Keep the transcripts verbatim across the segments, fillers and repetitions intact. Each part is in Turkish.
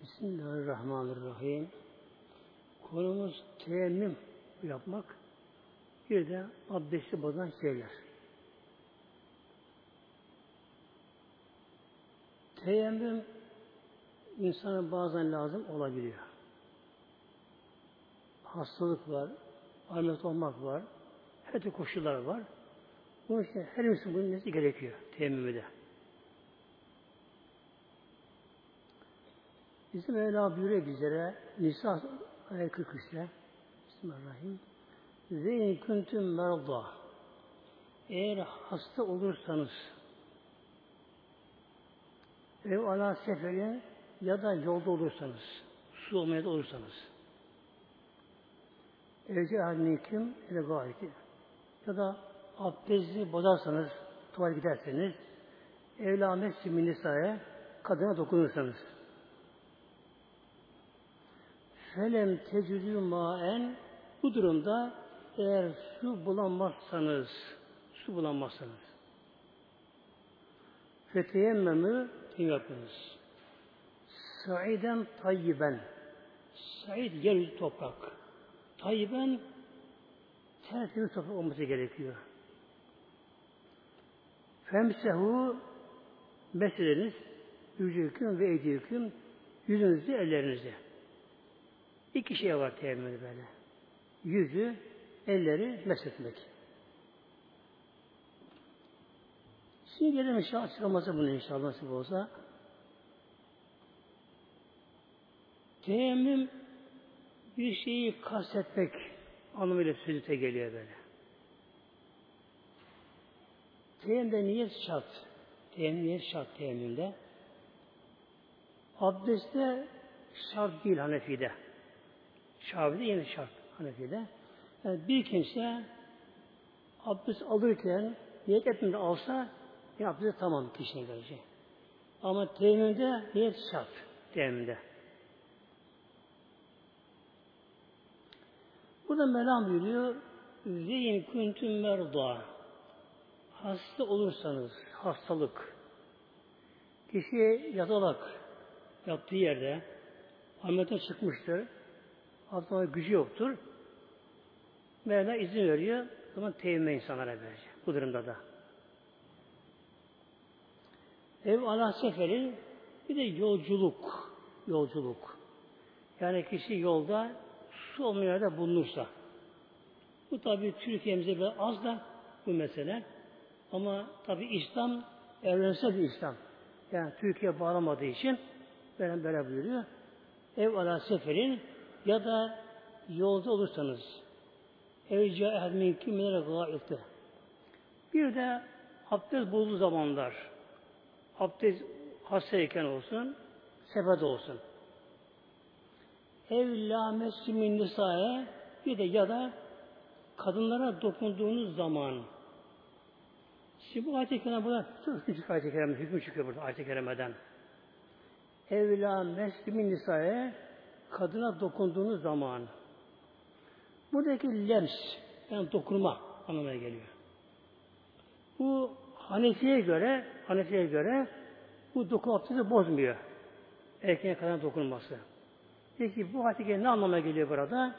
Bismillahirrahmanirrahim. Konumuz teyemmüm yapmak. Bir de abdesti bozan şeyler. Teyemmüm insana bazen lazım olabiliyor. Hastalık var, ameliyat olmak var, her türlü koşullar var. Bunun için her insan bunun nesi gerekiyor teyemmümü de. Bizim Mevla buyuruyor bizlere Nisa ayet kırk üçte Bismillahirrahmanirrahim. Zeyn kuntum merda. Eğer hasta olursanız ev ala seferin ya da yolda olursanız, su olmaya da olursanız evci ahlikim ile gayeti ya da abdesti bozarsanız, tuvalet giderseniz evla mescid-i nisa'ya kadına dokunursanız felem tecrüdü maen bu durumda eğer su bulamazsanız su bulamazsanız feteyemmemü yapınız. Saiden tayyiben said yeryüzü toprak tayyiben tertemiz toprak olması gerekiyor. Femsehu meseleniz yüzüküm ve eydiyüküm yüzünüzü ellerinizi. İki şey var teyemmümde böyle. Yüzü, elleri mesletmek. Şimdi gelelim inşallah açıklaması bunu inşallah nasip olsa. Teyemmüm bir şeyi kastetmek anlamıyla sözüte geliyor böyle. Teyemmümde niyet şart. Teyemmüm niyet şart teyemmümde. Abdestte şart değil Hanefi'de. Şafii'de yine şart Hanefi'de. Yani bir kimse abdest alırken niyet etmeden alsa yine abdest tamam kişinin görecek. Ama teyemmümde niyet şart. Teyemmümde. Burada Mevlam buyuruyor Zeyn kuntum merda. Hasta olursanız hastalık kişi yatalak yattığı yerde ameliyata çıkmıştır. Aslında gücü yoktur. Mevla izin veriyor. O zaman teyemmüme insanlara verecek. Bu durumda da. Ev ala seferin bir de yolculuk. Yolculuk. Yani kişi yolda su olmayan yerde bulunursa. Bu tabi Türkiye'mizde biraz az da bu mesele. Ama tabi İslam evrensel bir İslam. Yani Türkiye bağlamadığı için böyle böyle buyuruyor. Ev ala seferin ya da yolda olursanız evca ehadmin kimlere gâifte. Bir de abdest bozduğu zamanlar abdest hastayken olsun seferde olsun. Ev la mescimin nisa'ya bir de ya da kadınlara dokunduğunuz zaman şimdi bu ayet-i kerime burada çok küçük ayet-i kerime hükmü çıkıyor burada ayet-i kerimeden. Ev la mescimin nisa'ya kadına dokunduğunuz zaman buradaki lems yani dokunma anlamına geliyor. Bu Hanefi'ye göre Hanefi'ye göre bu dokunma abdesti bozmuyor. Erkeğe kadına dokunması. Peki bu hadise ne anlamına geliyor burada?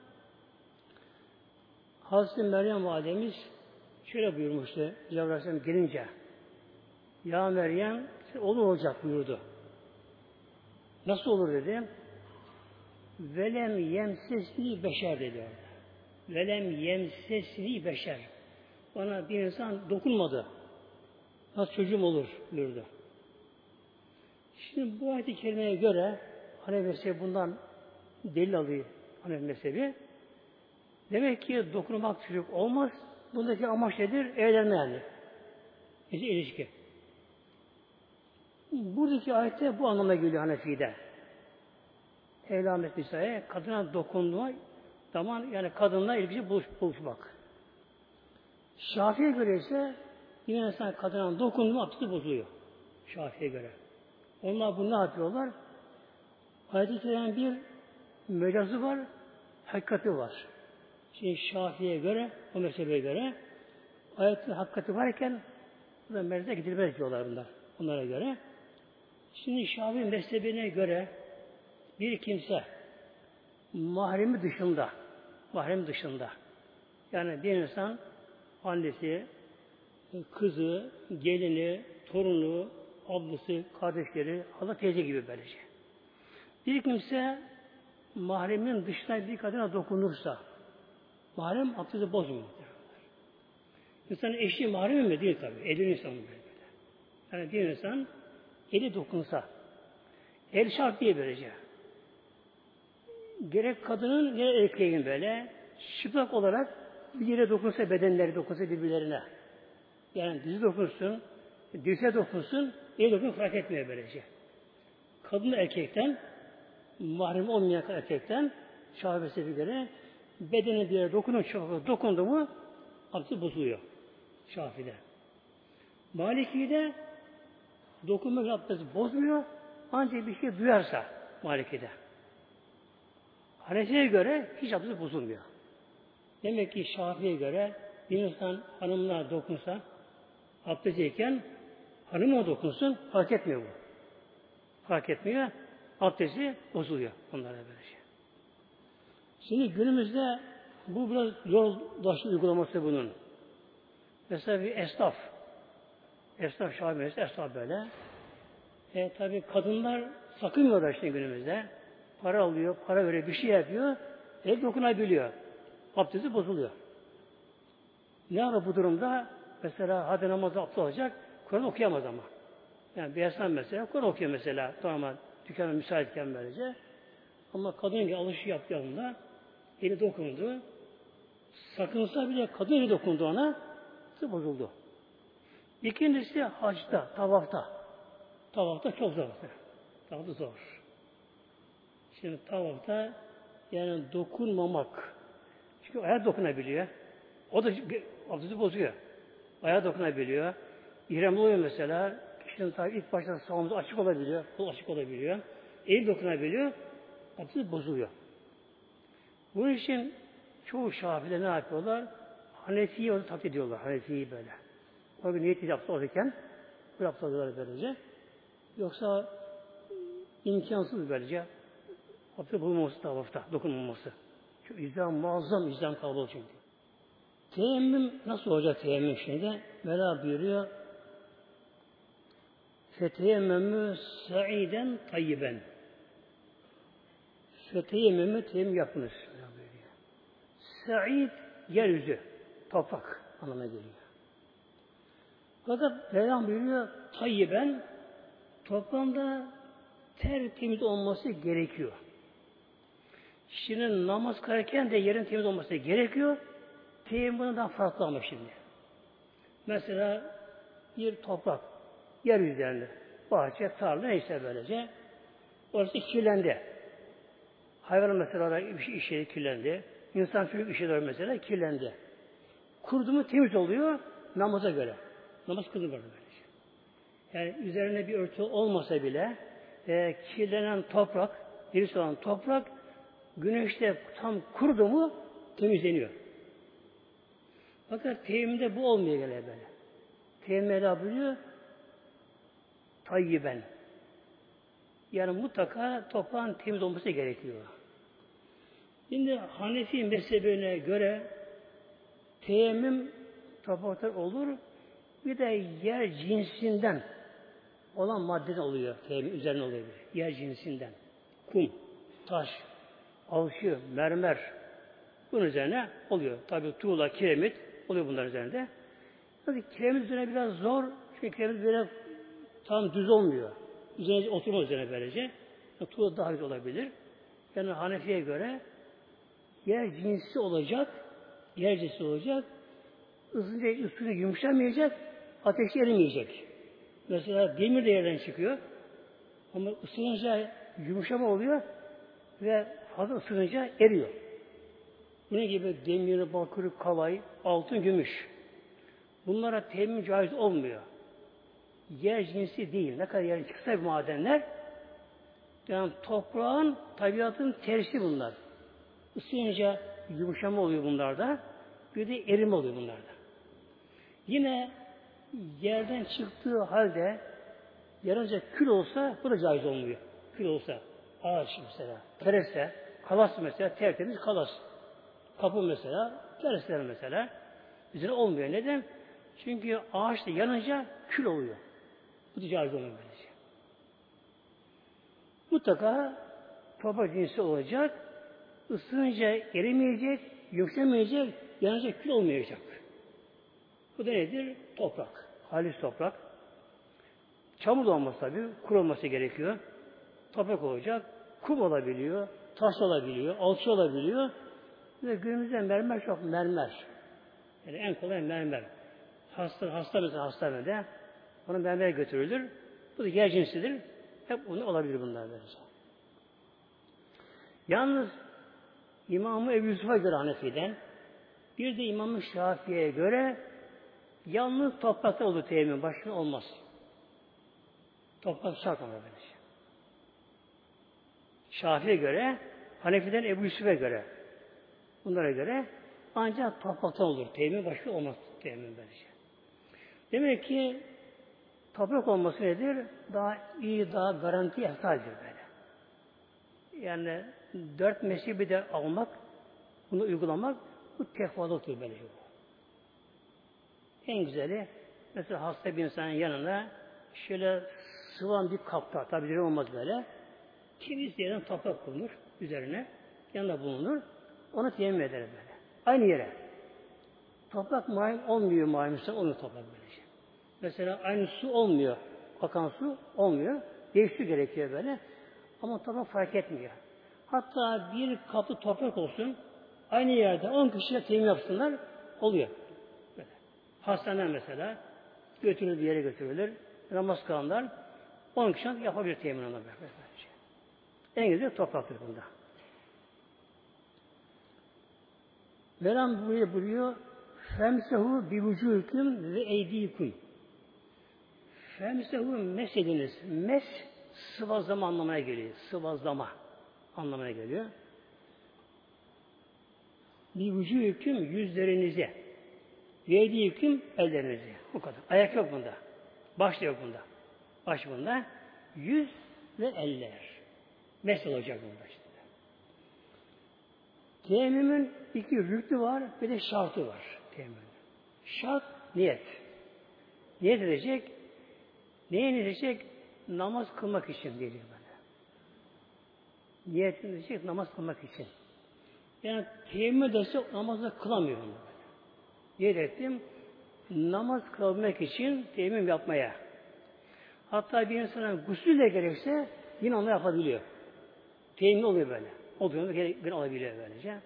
Hazreti Meryem Validemiz şöyle buyurmuştu Cebrail Aleyhisselam gelince Ya Meryem oğlun olacak buyurdu. Nasıl olur dedi. Velem yemsesni beşer dedi orada. Velem yemsesni beşer. Bana bir insan dokunmadı. Nasıl çocuğum olur buyurdu. Şimdi bu ayet-i kerimeye göre Hanefi mezhebi bundan delil alıyor Hanefi mezhebi. Demek ki dokunmak çocuk olmaz. Bundaki amaç nedir? Evlenme yani. İşte ilişki. Buradaki ayette bu anlama geliyor Hanefi'de. Evlenmek misali kadına dokunma zaman yani kadınla ilgili buluş, buluşmak. Şafii'ye göre ise yine insan kadına dokunma abdesti bozuluyor. Şafii'ye göre. Onlar bunu ne yapıyorlar? Ayet-i Kerime'nin bir mecazı var, hakikati var. Şimdi Şafii'ye göre, o mezhebe göre ayetin hakikati varken burada merze gidilmez diyorlar bunlar. Onlara göre. Şimdi Şafii mezhebine göre bir kimse mahremi dışında, mahrem dışında, yani bir insan annesi, kızı, gelini, torunu, ablası, kardeşleri, hala teyze gibi böylece. Bir kimse mahremin dışına bir kadına dokunursa, mahrem abdesti bozmuyor. İnsanın eşi mahrem mi? Değil tabii. Elin insan böyle. Yani bir insan eli dokunsa, el şart diye böylece. Gerek kadının, gerek erkeğin böyle çıplak olarak bir yere dokunsa, bedenleri dokunsa birbirlerine. Yani dizi dokunsun, dirse dokunsun, el dokun fark etmiyor böylece. Kadın erkekten, mahrem olmayan erkekten, şahbesi bir göre bedeni bir yere dokunun, dokundu mu abdesti bozuluyor. Şafi'de. Maliki'de dokunmak abdesti bozmuyor, ancak bir şey duyarsa Maliki'de. Hanefi'ye göre hiç abdesti bozulmuyor. Demek ki Şafi'ye göre bir insan hanımına dokunsa, abdestteyken hanıma dokunsun, fark etmiyor bu. Fark etmiyor, abdesti bozuluyor onlara böyle şey. Şimdi günümüzde bu biraz zorlaştı uygulaması bunun. Mesela bir esnaf, esnaf şahbesi, esnaf böyle. E tabi kadınlar sakınmıyorlar işte günümüzde. Para alıyor, para veriyor, bir şey yapıyor, el dokunabiliyor. Abdesti bozuluyor. Ne yapar bu durumda? Mesela hadi namazda abdest alacak, Kur'an okuyamaz ama. Yani bir esnaf mesela, Kur'an okuyor mesela, normal dükkana müsaitken böylece. Ama kadın gibi alışveriş yaptığında eli dokundu. Sakınsa bile kadın eli dokundu ona, bozuldu. İkincisi hacda, tavafta. Tavafta çok zor. Tavafta zor. Şimdi tavafta yani dokunmamak. Çünkü ayağa dokunabiliyor. O da abdesti bozuyor. Ayağa dokunabiliyor. İhrem oluyor mesela. Kişinin tabi ilk başta sağımız açık olabiliyor. Kol açık olabiliyor. El dokunabiliyor. Abdesti bozuluyor. Bunun için çoğu Şafii'de ne yapıyorlar? Hanefi'yi onu taklit ediyorlar. Hanefi'yi böyle. O gün niyeti abdest alırken bu abdest alıyorlar böylece. Yoksa imkansız böylece abdest bulunmaması tavafta, dokunulması. Çok izlem, muazzam izlem kalabalık çünkü. Teyemmüm nasıl olacak teyemmüm şimdi? Mevla buyuruyor. Feteyemmümü sa'iden tayyiben. Feteyemmümü teyemmüm yapınız. Sa'id yeryüzü, toprak anlamına geliyor. Fakat Mevla buyuruyor tayyiben, toprağında tertemiz olması gerekiyor. Şimdi namaz kılarken de yerin temiz olması gerekiyor. Teyemmüm bundan farklı ama şimdi. Mesela bir toprak, yeryüzünde, bahçe, tarla neyse böylece. Orası kirlendi. Hayvan mesela bir şey kirlendi. İnsan çocuk işe doğru mesela kirlendi. Kurdu mu temiz oluyor namaza göre. Namaz kılınır böylece. Yani üzerine bir örtü olmasa bile e, kirlenen toprak, derisi olan toprak güneşte tam kurudu mu temizleniyor. Fakat teyemmümde bu olmuyor gene böyle. Teyemmüde buyuruyor tayyiben. Yani mutlaka toprağın temiz olması gerekiyor. Şimdi Hanefi mezhebine göre teyemmüm topraklar olur. Bir de yer cinsinden olan maddeden oluyor. Teyemmüm üzerine oluyor. Yer cinsinden. Kum, taş, alçı, mermer bunun üzerine oluyor. Tabi tuğla, kiremit oluyor bunların üzerinde. Tabi kiremit üzerine biraz zor. Çünkü kiremit böyle tam düz olmuyor. Üzerine oturma üzerine böylece. Tuğla daha güzel olabilir. Yani Hanefi'ye göre yer cinsi olacak, yer cinsi olacak, ısınca üstüne yumuşamayacak, ateşi erimeyecek. Mesela demir de yerden çıkıyor, ama ısınınca yumuşama oluyor ve fazla ısınınca eriyor. Bunun gibi demir, bakır, kalay, altın, gümüş. Bunlara teyemmüm caiz olmuyor. Yer cinsi değil. Ne kadar yer çıksa bir madenler, yani toprağın, tabiatın tersi bunlar. Isınınca yumuşama oluyor bunlarda. Bir de erime oluyor bunlarda. Yine yerden çıktığı halde yarınca kül olsa bu da caiz olmuyor. Kül olsa. ağaç mesela. Kereste, kalas mesela, tertemiz kalas. Kapı mesela, keresteler mesela. Üzerine olmuyor. Neden? Çünkü ağaçta yanınca kül oluyor. Bu ticaret olmuyor böylece. Mutlaka toprak cinsi olacak. Isınınca erimeyecek, yükselmeyecek, yanınca kül olmayacak. Bu da nedir? Toprak. Halis toprak. Çamur da olması tabii, kuru olması gerekiyor. Toprak olacak, kum olabiliyor, taş olabiliyor, alçı olabiliyor. Ve günümüzde mermer çok mermer. Yani en kolay mermer. Hasta, hasta mesela hastanede ona mermer götürülür. Bu da yer cinsidir. Hep bunu olabilir bunlar böylece. Yalnız İmam-ı Ebu Yusuf'a göre Hanefi'den, bir de İmam-ı Şafii'ye göre yalnız toprakta olur teyemmüm, başka olmaz. Toprak şart ama böylece. Şafii'ye göre, Hanefi'den Ebu Yusuf'a göre, bunlara göre ancak topraktan olur teyemmüm, başka olmaz teyemmüm böylece. Demek ki toprak olması nedir? Daha iyi, daha garanti eftaldir böyle. Yani dört mezhebi de almak, bunu uygulamak, bu tekvalıktır böylece bu. En güzeli, mesela hasta bir insanın yanına şöyle sıvan bir kapta, tabi diri olmaz böyle, temiz yerden toprak konur üzerine, yanında bulunur, onu teyemmüm eder böyle. Aynı yere. Toprak mayim olmuyor, mayimse onu toprak böylece. Mesela aynı su olmuyor, akan su olmuyor, değişik su gerekiyor böyle, ama toprak fark etmiyor. Hatta bir kapı toprak olsun, aynı yerde on kişiyle teyemmüm yapsınlar, oluyor. Böyle. Hastaneden mesela götürülür bir yere götürülür, namaz kılanlar on kişi yapabilir teyemmüm onunla beraber. En güzel topraktır bunda. Mevlam buraya buyuruyor, femsehu bi vücuhikum ve eydikum. Femsehu mesediniz. Mes sıvazlama anlamına geliyor. Sıvazlama anlamına geliyor. Bir vücuhikum yüzlerinize. Ve eydikum ellerinize. Bu kadar. Ayak yok bunda. Baş da yok bunda. Baş bunda. Yüz ve eller. Mes olacak bunda işte. Teyemmümün iki rüknü var, bir de şartı var. Teyemmümün. Şart, niyet. Niyet edecek. Neye niyet edecek? Namaz kılmak için diyecek böyle. Niyet edecek, namaz kılmak için. Yani teyemmüm ederse namazı kılamıyor onu böyle. Niyet ettim, namaz kılmak için teyemmüm yapmaya. Hatta bir insana gusül de gerekse yine onu yapabiliyor. Teyemmüm oluyor böyle. O durumda bir alabiliyor böylece.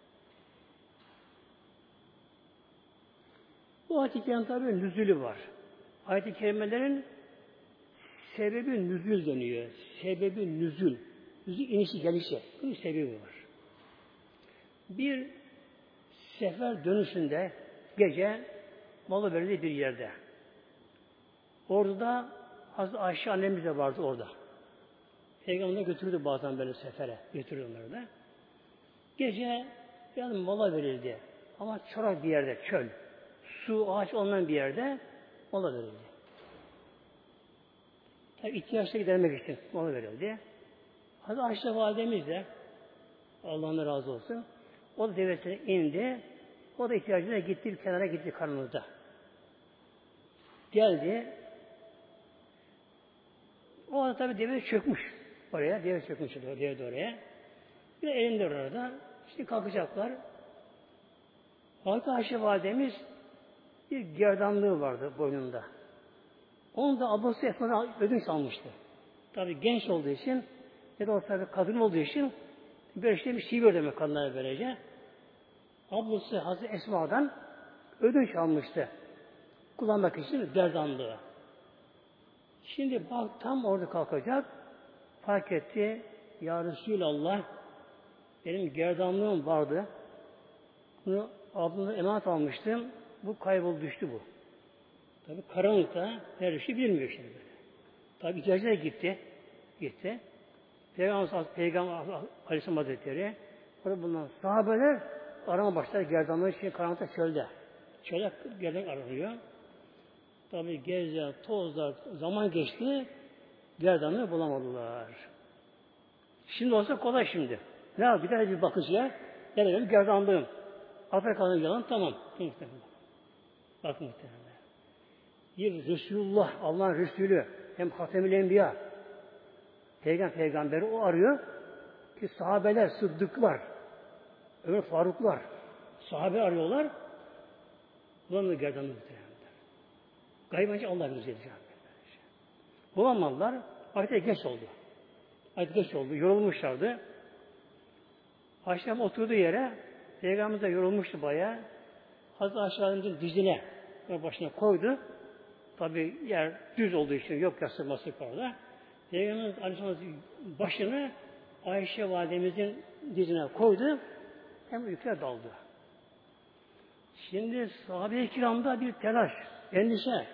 Bu ayet-i kerime tabi nüzülü var. Ayet-i kerimelerin sebebi nüzül deniyor. Sebebi nüzül. Nüzül inişi gelişi. Bunun sebebi var. Bir sefer dönüşünde gece malı verildiği bir yerde. Orada Hazreti Ayşe annemiz de vardı orada. Peygamber götürdü bazen böyle sefere. Götürdü onları da. Gece yani mola verildi. Ama çorak bir yerde, çöl. Su, ağaç olmayan bir yerde mola verildi. Tabi ihtiyaçla gidermek için mola verildi. Hazreti Ayşe validemiz de Allah'ın razı olsun. O da devesine indi. O da ihtiyacına gitti, bir kenara gitti karnınızda. Geldi. O arada tabi deve çökmüş. Oraya, deve çökmüş deve de oraya. Bir elinde orada. İşte kalkacaklar. Hazreti Ayşe validemiz bir gerdanlığı vardı boynunda. Onu da ablası Esma'dan ödünç almıştı. Tabi genç olduğu için ya da o tabi kadın olduğu için böyle işte bir şey veriyor demek kadınlara böylece. Ablası Hazreti Esma'dan ödünç almıştı. Kullanmak için gerdanlığı. Şimdi bak tam orada kalkacak. Fark etti. Ya Resulallah benim gerdanlığım vardı. Bunu ablamdan emanet almıştım. Bu kayboldu düştü bu. Tabi karanlıkta her şey bilmiyor şimdi böyle. Tabi ihtiyacına gitti. Gitti. Peygamber, Peygamber Aleyhisselam Hazretleri orada bulunan sahabeler arama başlar gerdanlığı için karanlıkta çölde. Çölde gerdanlık aranıyor. Tabi gezler, tozlar, zaman geçti. Gerdanlığı bulamadılar. Şimdi olsa kolay şimdi. Ne yap? Bir tane bir bakıcıya gelelim gerdanlığım. Afrika'nın yalan tamam. Bak muhtemelen. Bir Resulullah, Allah'ın Resulü, hem Hatemül Enbiya, Peygamber peygamberi o arıyor ki sahabeler, sıddıklar, Ömer Faruklar, sahabe arıyorlar. Bunun da gerdanlığı muhtemelen. Gaybancı Allah bilir diyeceğim. Bulamadılar. Artık geç oldu. Artık geç oldu. Yorulmuşlardı. Ayşem oturduğu yere Peygamber de yorulmuştu bayağı. Hazreti Ayşe'nin dizine başına koydu. Tabi yer düz olduğu için yok yaslanması yukarıda. Peygamber Aleyhisselam'ın başını Ayşe validemizin dizine koydu. Hem uykuya daldı. Şimdi sahabe-i kiramda bir telaş, endişe.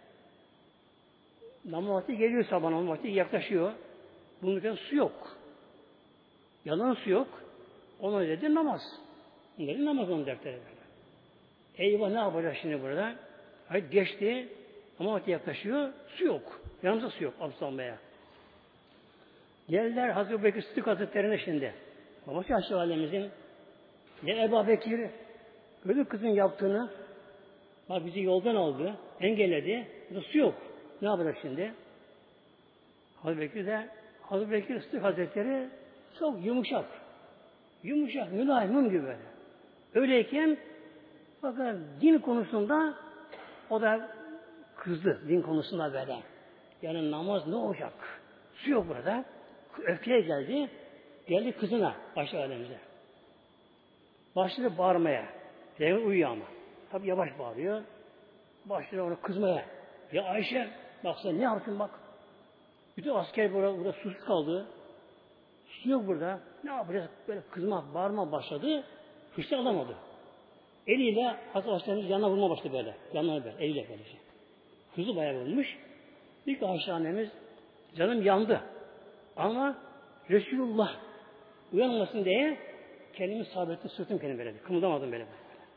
Namaz vakti geliyor, sabah namaz vakti yaklaşıyor. Bunun için su yok. Yanan su yok. Ona dedi namaz. Bunların namaz onun dertleri böyle. Eyvah ne yapacak şimdi burada? Hayır geçti. Ama vakti yaklaşıyor. Su yok. Yanımızda su yok. Abdest almaya. Geldiler Hazreti Bekir Sıddık Hazretleri'ne şimdi. Babası Ayşe Validemizin ya Ebu Bekir gördün kızın yaptığını bak bizi yoldan aldı. Engelledi. Burada su yok. Ne yapacak şimdi? Hazreti Bekir de Hazreti Bekir Sıddık Hazretleri çok yumuşak. Yumuşak, mülayim gibi böyle. Öyleyken bakın din konusunda o da kızdı din konusunda böyle. Yani namaz ne olacak? Su yok burada. Öfkeye geldi. Geldi kızına Ayşe Validemize. Başladı bağırmaya. Peygamber uyuyor ama. Tabi yavaş bağırıyor. Başladı ona kızmaya. Ya Ayşe bak sen ne yaptın bak. Bütün asker burada, burada susuz kaldı. Su yok burada. Ne yapacağız? Böyle kızma, bağırma başladı. Fırsat alamadı. Eliyle Hazreti Ayşe'nin yanına vurma başladı böyle. Yanına böyle. Eliyle böyle. Hızlı bayağı vurmuş. İlk Ayşe annemiz canım yandı. Ama Resulullah uyanmasın diye kendimi sabrettim, sırtım kendimi böyle. Kımıldamadım böyle.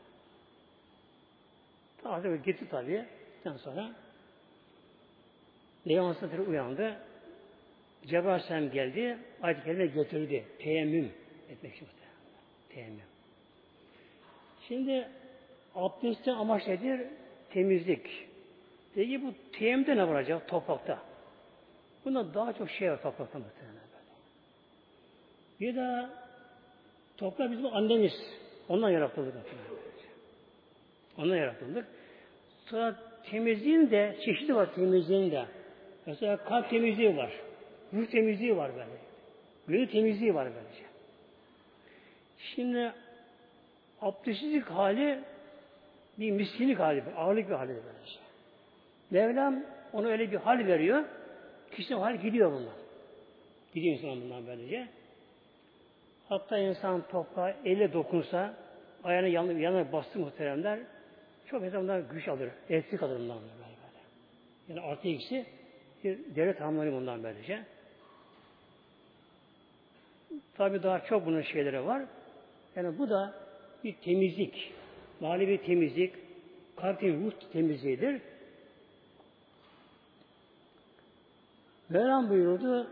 Tabi böyle gitti tabii. Ondan sonra Peygamber Hazretleri uyandı. Cebrail Aleyhisselam geldi. Ayet-i Kerime getirdi. Teyemmüm etmek için. Teyemmüm. Şimdi abdestin amaç nedir? Temizlik. Peki bu teyemmümde ne var acaba? Toprakta. Bunda daha çok şey var toprakta muhtemelen böyle. Bir de toprak bizim annemiz. Ondan yaratıldık. Ondan yaratıldık. Sonra temizliğin de çeşidi var temizliğin de. Mesela kalp temizliği var. Ruh temizliği var böyle. Gönül temizliği var böylece. Şimdi abdestsizlik hali bir miskinlik hali, bir ağırlık bir hali böylece. Mevlam ona öyle bir hal veriyor. Kişinin hal gidiyor bundan. Gidiyor insan bundan böylece. Hatta insan toprağa elle dokunsa, ayağına yanına, yanına bastı muhteremler, çok insanlar güç alır, elektrik alır bundan böyle. Yani artı eksi bir devlet hamları bundan böylece. Tabi daha çok bunun şeyleri var. Yani bu da bir temizlik, mali bir temizlik, kalbin ruh temizliğidir. Mevlam buyurdu,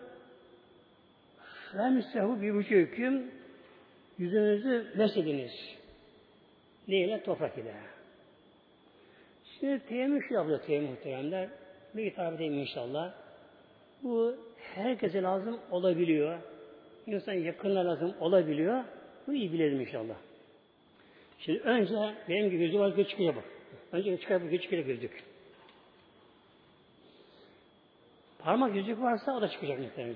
Femsehu bir buçuk hüküm, yüzünüzü mesediniz. Neyle? Toprak ile. Şimdi teyemmüm şu yapıyor teyemmüm muhteremler. Bir hitap edeyim inşallah. Bu herkese lazım olabiliyor. İnsan yakınına lazım olabiliyor. Bunu iyi bilelim inşallah. Şimdi önce benim gibi gözü var göz çıkıyor bak. Önce çıkıyor göz çıkıyor gözlük. Parmak yüzük varsa o da çıkacak muhtemelen.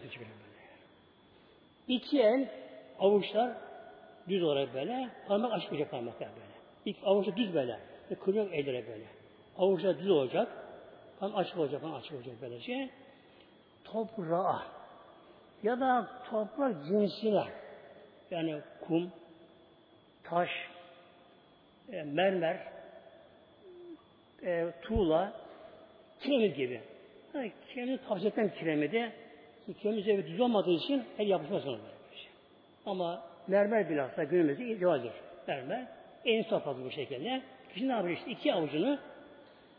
İki el avuçlar düz olarak böyle. Parmak açmayacak parmaklar böyle. İlk avuçlar düz böyle. Ve kırıyor ellere böyle. Avuçlar düz olacak. Parmak açık olacak. Parmak açık olacak böylece. Toprağa ya da toprak cinsine yani kum, taş, e, mermer, e, tuğla, kiremit gibi. Yani kiremit tavsiyetten kiremidi. Kiremit üzeri düz olmadığı için el yapışmaz ona böyle şey. Ama mermer bilhassa günümüzde idealdir. Mermer en safhası bu şekilde. Kişi ne yapıyor işte? İki avucunu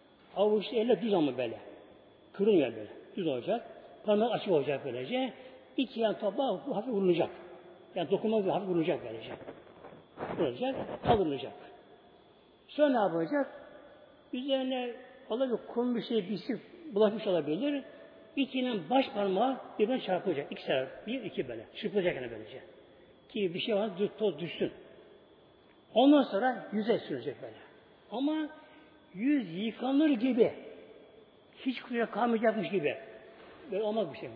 avuç elle düz ama böyle. Kırılmıyor böyle. Düz olacak. Parmak açık olacak böylece. iki yan toprağa hafif vurulacak. Yani dokunmak gibi hafif vurulacak böylece. Vurulacak, kaldırılacak. Sonra ne yapacak? Üzerine olabilir, kum bir şey, bir şey bulaşmış olabilir. İkinin baş parmağı birbirine çarpılacak. İki taraf, bir, iki böyle. Çırpılacak yani böylece. Ki bir şey var, toz düşsün. Ondan sonra yüze sürecek böyle. Ama yüz yıkanır gibi, hiç kuyruğa kalmayacakmış gibi. Böyle olmaz bir şey.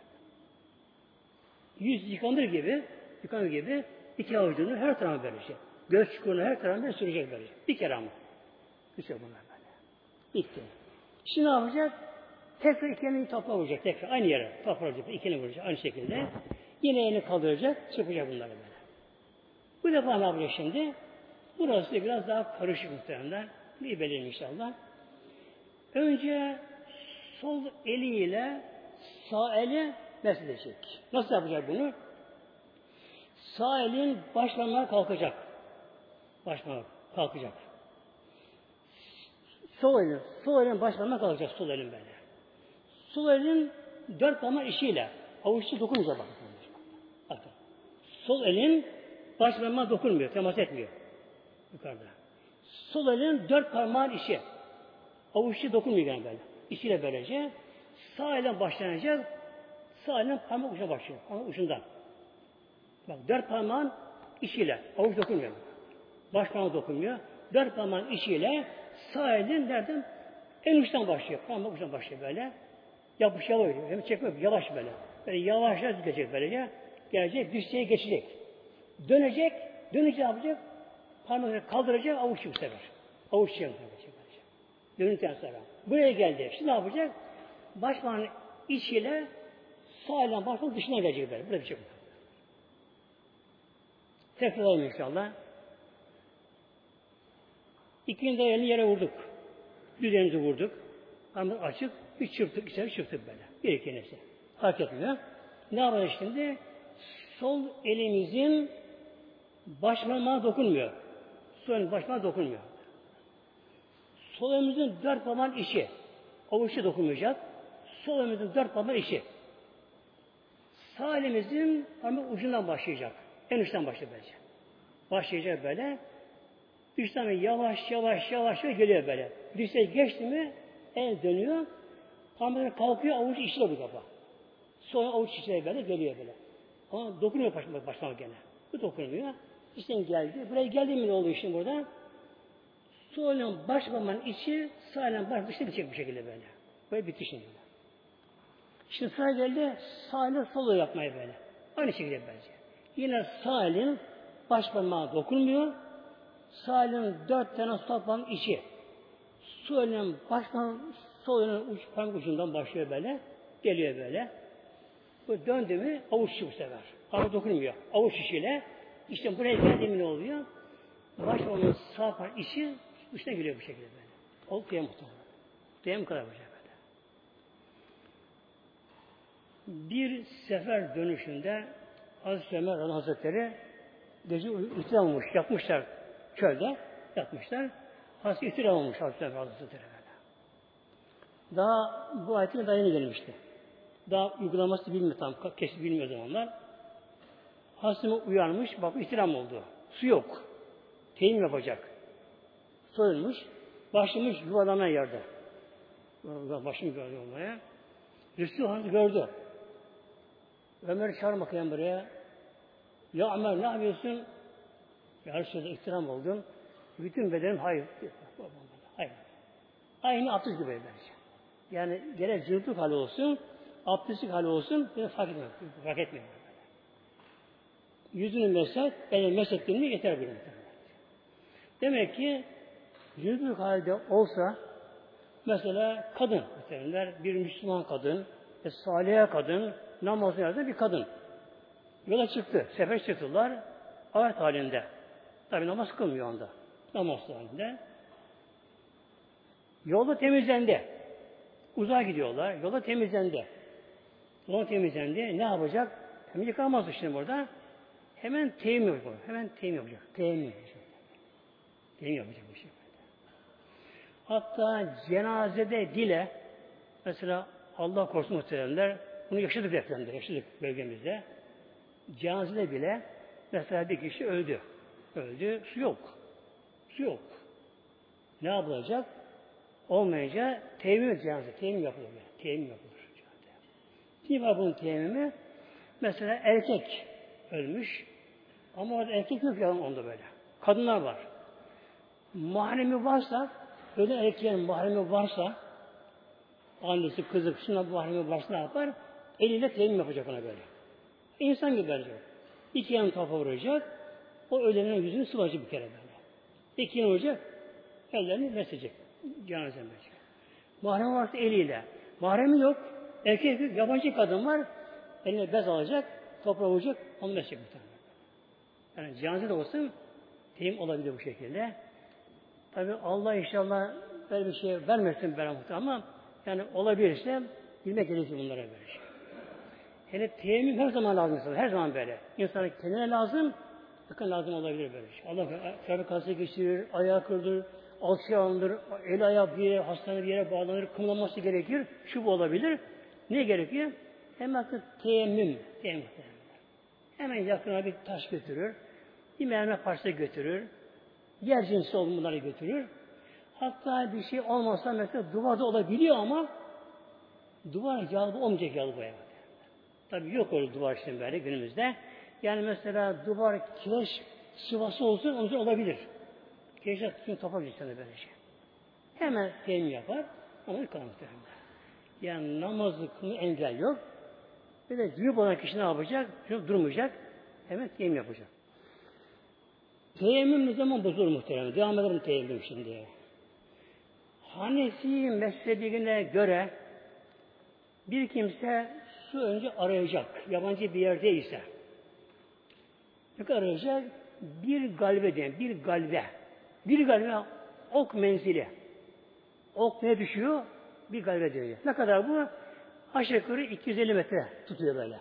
Yüz yıkanır gibi, yıkanır gibi iki avucunu her tarafa verecek. Göz çukurunu her tarafa sürecek verecek. Bir kere ama. Bir şey bunlar böyle. Bitti. Şimdi ne yapacak? Tekrar iki elini toprağa vuracak. Tekrar aynı yere toprağa vuracak. İki elini vuracak. Aynı şekilde. Yine elini kaldıracak. Çırpacak bunları böyle. Bu defa ne yapacak şimdi? Burası biraz daha karışık muhtemelen. Bir belirli inşallah. Önce sol eliyle sağ eli mesledecek. Nasıl yapacak bunu? Sağ elin başlamaya kalkacak. Başlamaya kalkacak. Sol elin, sol elin başlamaya kalkacak sol elin böyle. Sol elin dört parmak işiyle avuçlu dokunmayacak bakın. Bakın. Sol elin başlamaya dokunmuyor, temas etmiyor. Yukarıda. Sol elin dört parmağın işi. Avuçlu dokunmuyor yani böyle. İşiyle böylece sağ elin başlanacak. Sağ elin parmak ucuna başlıyor. Parmak ucundan. Bak dört parmağın işiyle. Avuç dokunmuyor. Baş parmak dokunmuyor. Dört parmağın işiyle sağ elin nereden? En uçtan başlıyor. Parmak ucundan başlıyor böyle. Yapış yavaş. Hem çekmiyor. Yavaş böyle. Böyle yavaş yavaş gidecek böylece. Gelecek. Dirseğe geçecek. Dönecek. Dönecek yapacak. Parmakları kaldıracak. Avuç bu sefer. Avuç yapacak. Dönükten sonra. Buraya geldi. Şimdi ne yapacak? Baş parmağın içiyle sağ elden başparmağın dışına gelecek böyle. Burada bir şey. Tekrar alalım inşallah. İkinci de elini yere vurduk. Düz elimizi vurduk. Parmak açık. Bir çırptık, içeri çırptık böyle. Bir iki nefse. Fark etmiyor. Ne yapacağız şimdi? Sol elimizin baş parmağı dokunmuyor. Sol elimizin baş parmağı dokunmuyor. Sol elimizin dört parmağın işi. Avuçta dokunmayacak. Sol elimizin dört parmağın işi. Sağ elimizin parmak ucundan başlayacak. En uçtan başlayacak böylece. Başlayacak böyle. Üstten yavaş yavaş yavaş geliyor böyle. Dirseğe geçti mi el dönüyor. Parmakları kalkıyor, avuç içine bu defa. Sonra avuç içine böyle geliyor böyle. Ama dokunuyor başlamak başlamak gene. Bu dokunmuyor. İşten geldi. Buraya geldi mi ne oluyor şimdi burada? Sol elin baş parmağının içi, sağ elin baş dışına bitecek bu şekilde böyle. Böyle bitti şimdi. Şimdi sıra geldi sağ elin sol el yapmaya böyle. Aynı şekilde bence. Yine sağ elin baş parmağı dokunmuyor. Sağ elin dört tane sol parmağının içi. Sol elin baş parmağı, sol elin uç parmak ucundan başlıyor böyle. Geliyor böyle. Bu döndü mü avuç içi bu sefer. Parmak dokunmuyor. Avuç içiyle. İşte buraya geldi mi ne oluyor? Baş parmağının sağ parmak içi dışına geliyor bu şekilde böyle. Oldu diye muhtemelen. Diye mi kadar böyle. Bir sefer dönüşünde Hazreti Ömer Hazretleri gece ihtiram olmuş, yapmışlar çölde, yapmışlar. Hazreti ihtiram olmuş Hazreti Ömer Hazretleri. Daha bu ayetin daha yeni gelmişti. Daha uygulaması bilmiyor tam, kesin bilmiyor zamanlar. Hazreti Ömer uyanmış, bak ihtiram oldu. Su yok. Teyim yapacak. Soyulmuş, başlamış yuvarlanan yerde. Başını gördü olmaya. Resul Hazretleri gördü. Ömer'i çağır bakayım buraya. Ya Ömer ne yapıyorsun? Ya Resulallah ihtiram oldun. Bütün bedenim hayır. Hayır. Aynı abdest gibi böylece. Yani gerek cırtık hali olsun, abdestlik hali olsun, beni fark etmiyor. Fark etmiyor. Yüzünü meset, elini mesettiğinde yeter bir Demek ki cırtık halde olsa, mesela kadın, mesela bir Müslüman kadın, e, salih kadın, namazı yerde bir kadın. Yola çıktı. Sefer çıktılar. Ayet halinde. Tabi namaz kılmıyor anda. Namaz halinde. Yolda temizlendi. Uzağa gidiyorlar. Yolda temizlendi. Yolda temizlendi. Ne yapacak? Hem yıkamaz şimdi burada. Hemen teyemmüm yapacak. Hemen teyemmüm yapacak. Teyemmüm yapacak. Teyemmüm yapacak bu şey. Hatta cenazede dile mesela Allah korusun muhtemelenler bunu yaşadık depremde, yaşadık bölgemizde. Cenazede bile mesela bir kişi öldü. Öldü, su yok. Su yok. Ne yapılacak? Olmayınca teyemmüm cenaze, teyemmüm yapılır. Teyemmüm yapılır. Kim var bunun teyemmümü? Mesela erkek ölmüş ama orada erkek yok ya onda böyle. Kadınlar var. Mahremi varsa, öyle erkeğin mahremi varsa, annesi, kızı, şuna mahremi varsa ne yapar? Eliyle teyemmüm yapacak ona böyle. İnsan gibi verecek. İki yanı topa vuracak, o ölenin yüzünü sıvacak bir kere böyle. İki yanı vuracak, ellerini mesecek. Cenaze mesecek. Mahremi varsa eliyle. Mahremi yok, erkek yok, yabancı kadın var, eline bez alacak, toprağa vuracak, onu mesecek bir tane. Yani cenaze de olsun, teyemmüm olabilir bu şekilde. Tabi Allah inşallah böyle bir şey vermesin bana ama yani olabilirse bilmek gerekiyor bunlara böyle şey. Hele teyemmüm her zaman lazım. Her zaman böyle. İnsanın kendine lazım, bakın lazım olabilir böyle şey. Allah trafik kazası geçirir, ayağı kırılır, alçıya alınır, el ayağı bir yere, hastane bir yere bağlanır, kımlanması gerekir. Şu bu olabilir. Ne gerekiyor? Hemen teyemmüm. Teyemmüm. Hemen yakına bir taş götürür, bir mermer parçası götürür, yer cinsi olan bunları götürür. Hatta bir şey olmasa mesela duvarda olabiliyor ama duvar yağlı olmayacak yağlı boya. Tabii yok öyle duvar şimdi böyle günümüzde. Yani mesela duvar kireç sıvası olsun onun için olabilir. Kireçler bütün toprak içinde böyle şey. Hemen teyemmüm yapar ama yıkanır muhtemelen. Yani namazı kılma engel yok. Bir de cünüp olan kişi ne yapacak? Cünüp durmayacak. Hemen teyemmüm yapacak. Teyemmüm ne zaman bozulur muhtemelen? Devam edelim teyemmüm şimdi. Hanefi mezhebine göre bir kimse su önce arayacak. Yabancı bir yerdeyse. Ne kadar arayacak? Bir galbe diyen, bir galbe. Bir galbe ok menzili. Ok ne düşüyor? Bir galbe diyor. Ne kadar bu? Aşağı yukarı iki yüz elli metre tutuyor böyle.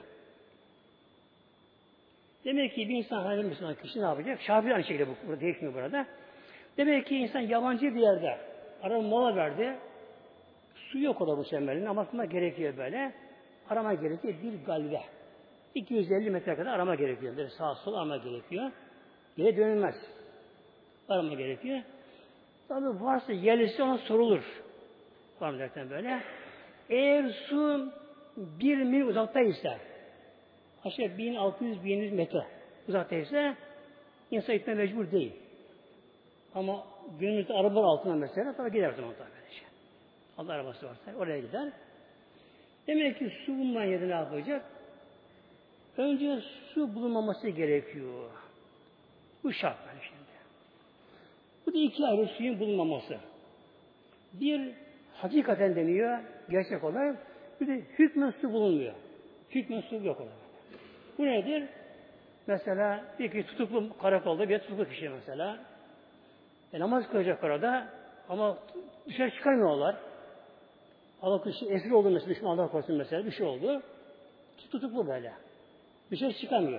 Demek ki bir insan halinde Müslüman kişi ne yapacak? Şafii aynı şekilde bu, burada değişmiyor burada. Demek ki insan yabancı bir yerde arama mola verdi. Su yok orada bu çemberin ama aslında gerekiyor böyle. Arama gerekiyor bir galbe. iki yüz elli metre kadar arama gerekiyor. Böyle sağa sola arama gerekiyor. Geri dönülmez. Arama gerekiyor. Tabi varsa yerlisi ona sorulur. Var mı derken böyle. Eğer su bir mil uzaktaysa aşağı bin altı yüz bin yüz metre uzaktaysa insan gitme mecbur değil. Ama günümüzde arabalar altına mesela tabi gidersin o tabi. Allah arabası varsa oraya gider. Demek ki su bulunmayan yerde ne yapacak? Önce su bulunmaması gerekiyor. Bu şart yani şimdi. Bu da iki ayrı suyun bulunmaması. Bir hakikaten deniyor, gerçek olarak. Bir de hükmen su bulunmuyor. Hükmen su yok olarak. Bu nedir? Mesela bir kişi tutuklu karakolda bir tutuklu kişi mesela. E, namaz kılacak orada ama dışarı çıkarmıyorlar. Allah kişi esir oldu mesela, düşman Allah korusun mesela bir şey oldu. Tutuklu böyle. Dışarı çıkamıyor.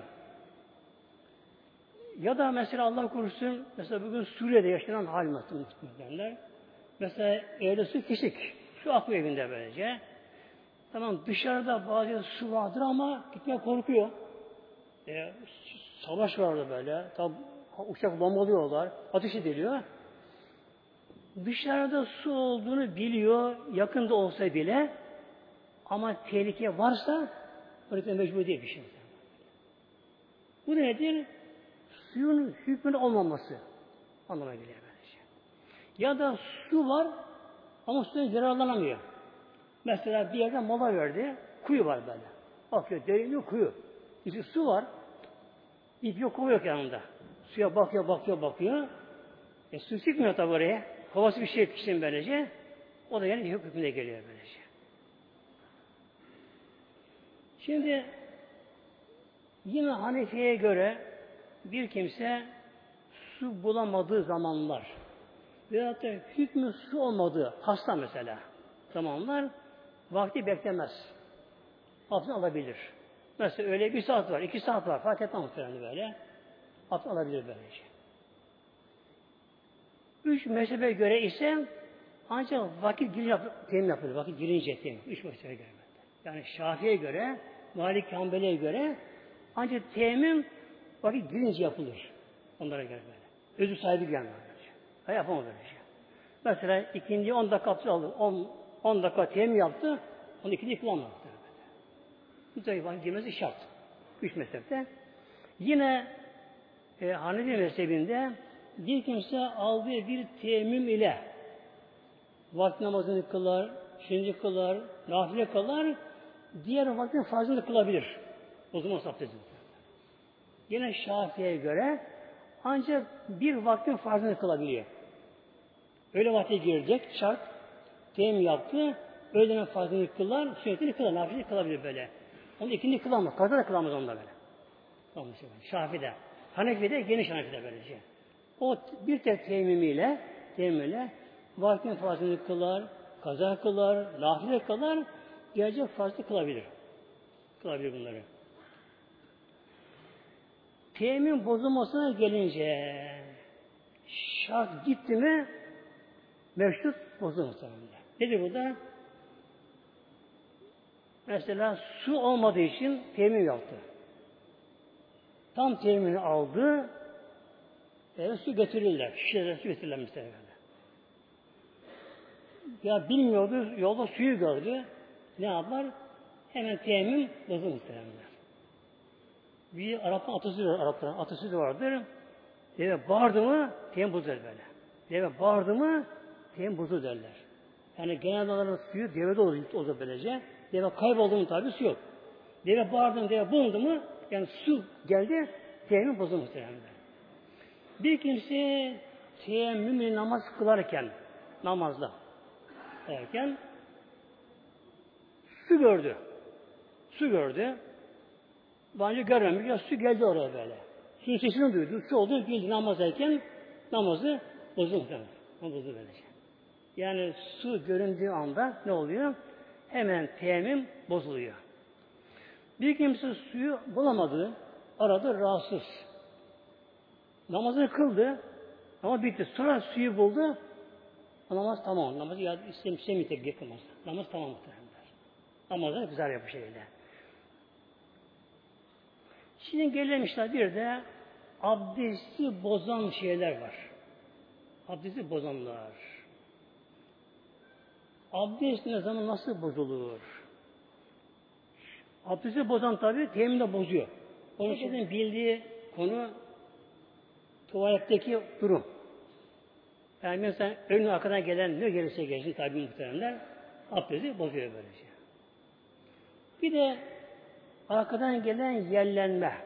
Ya da mesela Allah korusun mesela bugün Suriye'de yaşanan hal muhtemelen. Mesela evde su kesik. Su akıyor evinde böylece. Tamam dışarıda bazı su vardır ama gitmeye korkuyor. E, savaş vardı böyle. Tabi uçak bombalıyorlar. Ateş ediliyor. Dışarıda su olduğunu biliyor. Yakında olsa bile ama tehlike varsa oraya mecbur değil bir şey. Bu nedir? Suyun hükmünde olmaması anlamına geliyor böylece. Ya da su var ama suyun yararlanamıyor. Mesela bir yerde mola verdi, kuyu var böyle. Bakıyor, derinliyor kuyu. İşte su var, ip yok, kova yok yanında. Suya bakıyor, bakıyor, bakıyor. E su çıkmıyor tabi oraya. Kovası bir şey etkişsin böylece. O da yani hükmünde geliyor böylece. Şimdi yine Hanefi'ye göre bir kimse su bulamadığı zamanlar veyahut da hükmü su olmadığı hasta mesela zamanlar vakti beklemez. Abdest alabilir. Mesela öyle bir saat var, iki saat var. Fark etmez muhtemelen böyle. Abdest alabilir böylece. Üç mezhebe göre ise ancak vakit girince teyemmüm yapılır. Vakit girince teyemmüm. Üç mezhebe göre. Yani Şafii'ye göre, Malik Hanbeli'ye göre ancak teyemmüm vakit girince yapılır. Onlara göre böyle. Özü sahibi gelmez. Ha, yapamaz öyle şey. Mesela ikinci on dakika abdest aldı. on dakika teyemmüm yaptı. Onu ikinci kılamaz. Mütayip vakit girmesi şart. Üç mezhepte. Yine e, Hanefi mezhebinde bir kimse aldığı bir teyemmüm ile vakit namazını kılar, şimdi kılar, nafile kılar, diğer vaktin farzını kılabilir. O zaman abdestin. Yine Şafii'ye göre ancak bir vaktin farzını kılabiliyor. Öyle vakte girecek şart. Teyemmüm yaptı. Öğlenen farzını kılar, sünnetini kılar, nafile kılabilir böyle. Onu ikindi kılamaz. Kaza da kılamaz onda böyle. Şafii'de. Hanefi'de geniş Hanefi'de böylece. O bir tek teyemmümiyle teyemmüyle vaktin farzını kılar, kaza kılar, nafile kılar, gelecek farzı kılabilir. Kılabilir bunları. Teyemmüm bozulmasına gelince şart gitti mi meşrut bozulur muhtemelen. Nedir bu da? Mesela su olmadığı için teyemmüm yaptı. Tam teyemmümünü aldı, eve su getirirler. Şişelere su getirirler mesela. Ya bilmiyordu, yolda suyu gördü. Ne yapar? Hemen teyemmüm bozulur muhtemelen. Bir Arap'ın atasözü var, Arapların atasözü vardır. Deve bağırdı mı, teyemmüm bozulur böyle. Deve bağırdı mı, teyemmüm bozulur derler. Yani genelde onların suyu devede olur, olur böylece. Deve kayboldu mu tabi su yok. Deve bağırdı mı, deve bulundu mu, yani su geldi, teyemmüm bozulur muhtemelen. Bir kimse teyemmümle namaz kılarken, namazda kılarken su gördü. Su gördü. Daha önce görmemiş. Ya su geldi oraya böyle. Suyun sesini duydu. Su oldu. Bildi namazdayken namazı bozuldu. Bozuldu böylece. Yani su göründüğü anda ne oluyor? Hemen teyemmüm bozuluyor. Bir kimse suyu bulamadı. Aradı rahatsız. Namazını kıldı. Ama bitti. Sonra suyu buldu. Namaz tamam. Namazı ya istemiyor tek yıkılmaz. Namaz tamam muhtemelen. Namazı güzel yapmış öyle. Şimdi gelemişler bir de abdesti bozan şeyler var. Abdesti bozanlar. Abdest ne zaman nasıl bozulur? Abdesti bozan tabi teyemmüm de bozuyor. Onun için bildiği konu tuvaletteki durum. Yani mesela önüne arkadan gelen ne gelirse gelsin tabi muhteremler abdesti bozuyor böylece. Bir de arkadan gelen yerlenme.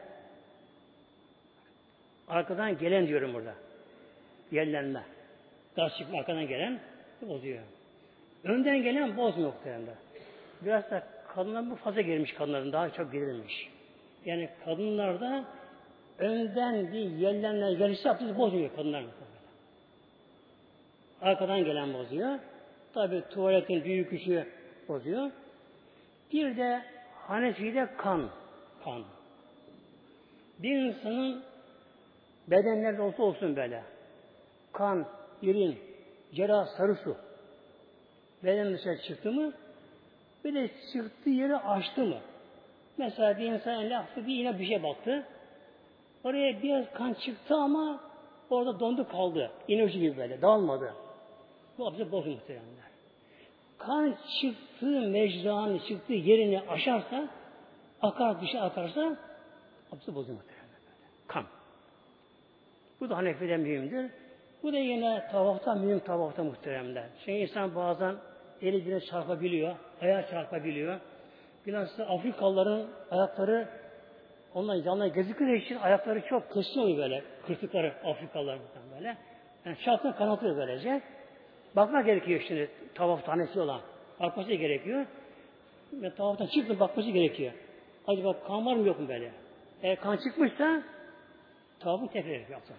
Arkadan gelen diyorum burada. Yerlenme. Gaz çıkma arkadan gelen bozuyor. Önden gelen bozmuyor muhtemelen. Biraz da kadınlar bu fazla gelmiş kadınların daha çok gelirmiş. Yani kadınlarda önden bir yerlenme gelirse abdesti bozmuyor kadınlar muhtemelen. Arkadan gelen bozuyor. Tabi tuvaletin büyük küçüğü bozuyor. Bir de Hanefi'de kan. Kan. Bir insanın bedenlerde olsa olsun böyle. Kan, irin, cerrah, sarı su. Beden dışarı çıktı mı bir de çıktığı yeri açtı mı? Mesela bir insan eline hafif bir iğne bir şey baktı. Oraya biraz kan çıktı ama orada dondu kaldı. İğne ucu gibi böyle. Dağılmadı. Bu abdesti bozulur muhtemelenler. Kan çıktığı mecranı, çıktığı yerini aşarsa, akar dışa akarsa, abdesti bozulur muhtemelenler. Kan. Bu da Hanefi'den mühimdir. Bu da yine tavafta mühim tavafta muhteremler. Çünkü insan bazen eli birine çarpabiliyor, ayağa çarpabiliyor. Bilhassa Afrikalıların ayakları onların yanına gözükür için ayakları çok kısıyor böyle. Kırtıkları Afrikalıların böyle. Yani çarptığında kanatıyor böylece. Bakmak gerekiyor şimdi tavafta Hanefi olan. Bakması gerekiyor. Ve tavaftan çıktı bakması gerekiyor. Acaba kan var mı yok mu böyle? Eğer kan çıkmışsa tavafı tekrar yapacak.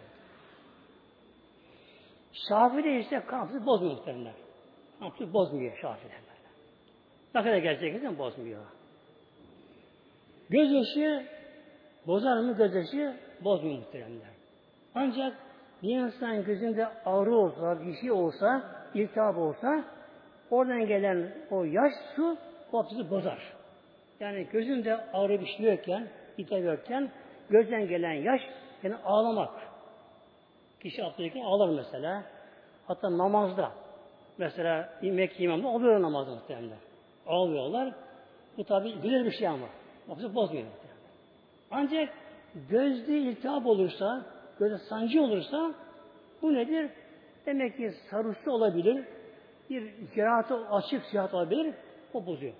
Şafii'de ise kampüsü bozmuyor muhtemelen. Kampüsü bozmuyor Şafii'de. Ne kadar gerçekten bozmuyor. Gözyaşı bozar mı gözyaşı? Bozmuyor muhtemelen. Ancak bir insan gözünde ağrı olsa, bir şey olsa, iltihap olsa oradan gelen o yaş su o kampüsü bozar. Yani gözünde ağrı bir şey yokken, itiyorken gözden gelen yaş yani ağlamak. Kişi abdestliyken ağlar mesela. Hatta namazda mesela Mekke imamda ağlıyor namazda muhtemelen. Ağlıyorlar. Bu tabi güzel bir şey ama. Abdesti bozmuyor. Ancak gözde iltihap olursa, gözde sancı olursa bu nedir? Demek ki sarısı olabilir. Bir cerahatı açık cihat olabilir. O bozuyor.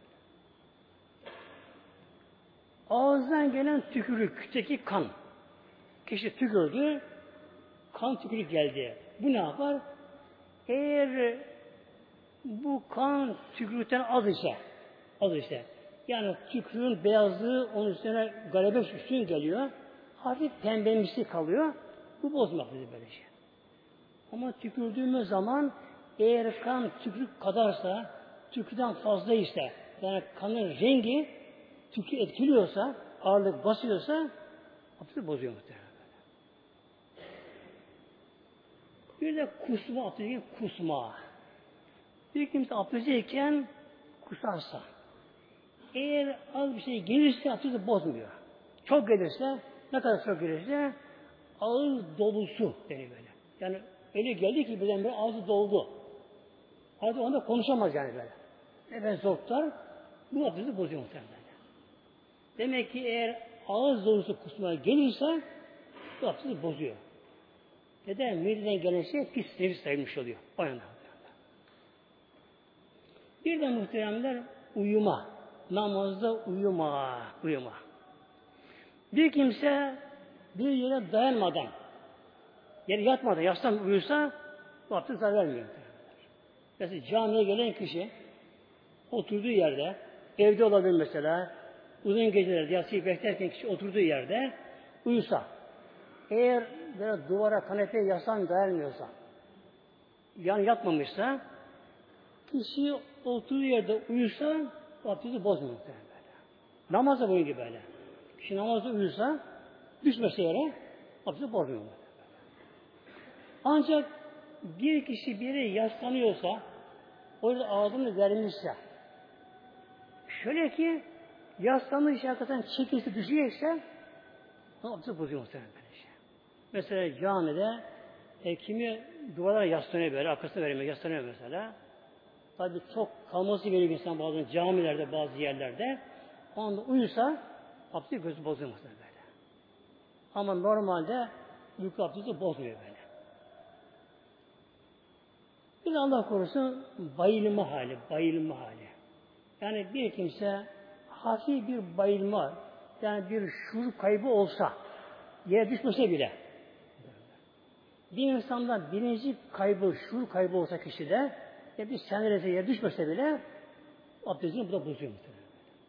Ağızdan gelen tükürükteki kan. Kişi tükürdü, kan tükürük geldi. Bu ne yapar? Eğer bu kan tükürükten az ise, az ise, yani tükürüğün beyazlığı onun üstüne galebe üstün geliyor, hafif pembemsi kalıyor, bu bozmak dedi böylece. Ama tükürdüğümüz zaman eğer kan tükürük kadarsa, tükürükten fazla ise, yani kanın rengi tükürük etkiliyorsa, ağırlık basıyorsa, abdesti bozuyor muhtemelen. Bir de kusma, abdesti kusma. Bir kimse abdestteyken kusarsa, eğer az bir şey gelirse abdesti bozmuyor. Çok gelirse, ne kadar çok gelirse ağız dolusu deniyor böyle. Yani öyle geldi ki birdenbire ağzı doldu. Artık onda konuşamaz yani böyle. Nefes zor tutar, bu abdesti bozuyor muhtemelen. Demek ki eğer ağız dolusu kusmaya gelirse bu abdesti bozuyor. Neden? Mideden gelen şey pis nefis sayılmış oluyor. O yana. Bir de muhteremler uyuma. Namazda uyuma. Uyuma. Bir kimse bir yere dayanmadan, yere yatmadan, yastan uyursa bu abdest zarar vermiyor. Mesela camiye gelen kişi oturduğu yerde, evde olabilir mesela, uzun gecelerde yatsıyı beklerken kişi oturduğu yerde uyusa, eğer böyle duvara, kanepeye yaslan dayanmıyorsa, yani yatmamışsa, kişi oturduğu yerde uyursa, abdesti bozmuyor. Namaz da bunun gibi böyle. Kişi namazda uyursa, düşmese yere, abdesti bozmuyor. Ancak bir kişi bir yere yaslanıyorsa, orada ağzını vermişse, şöyle ki, yaslandığı şey hakikaten çekilse, düşecekse, abdesti bozuyor muhtemelen böyle şey. Mesela camide, e, kimi duvara yaslanıyor böyle, arkasına veremiyor, yaslanıyor mesela. Tabii çok kalması gerekiyor insan bazen camilerde, bazı yerlerde. O anda uyursa, abdesti gözü bozuyor muhtemelen böyle. Ama normalde uyku abdesti bozmuyor böyle. Bir de Allah korusun bayılma hali, bayılma hali. Yani bir kimse hafif bir bayılma, yani bir şuur kaybı olsa, yere düşmese bile, bir insanda bilinci kaybı, şuur kaybı olsa kişide, ya bir senelese yere düşmese bile, abdestini bu da bozuyor muhtemelen.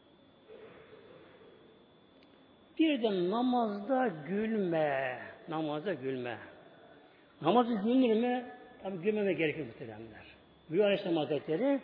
Bir de namazda gülme, namazda gülme. Namazda gülünür mü? Tabi gülmeme gerekir muhtemelenler. Büyük Aleyhisselam Hazretleri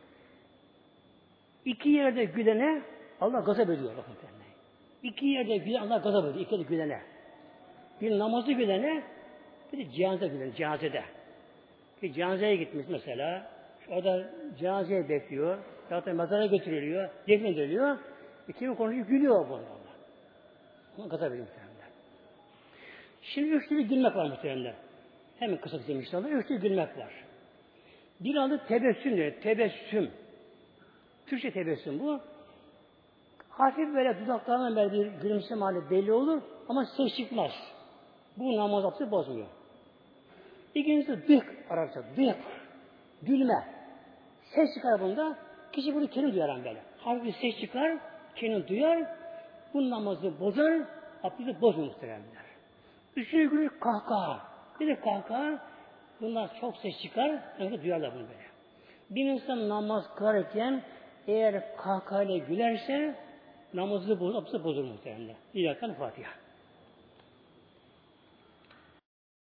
iki yerde gülene Allah gazap ediyor. Bakın kendine. İki yerde gülen Allah gazap ediyor. İki yerde gülene. Bir namazda gülene, bir de cenazede gülene, cenazede. Bir cenazeye gitmiş mesela, orada cenazeye bekliyor, zaten mezara götürülüyor, defnediliyor, bir kimi konuşuyor, gülüyor bu Allah. Ama gazap ediyor muhtemelen. Şimdi üç türlü gülmek var muhtemelen. Hemen kısa kısa inşallah. Üç türlü gülmek var. Bir adı tebessüm diyor. Tebessüm. Türkçe tebessüm bu. Hafif böyle dudaklarından böyle bir gülümseme hali belli olur ama ses çıkmaz. Bu namaz abdesti bozmuyor. İkincisi dık Arapça. Dık. Gülme. Ses çıkar bunda. Kişi bunu kendi duyar böyle. Hafif bir ses çıkar. Kendi duyar. Bu namazı bozar. Abdesti bozmuyor muhtemelenler. Üçüncü gülüş kahkaha. Bir de kahkaha, bunlar çok ses çıkar, yani duyarlar bunu böyle. Bir insan namaz kılarken eğer kahkahayla gülerse namazı bozulur, abdesti bozulur muhtemelen. İlahi Fatiha.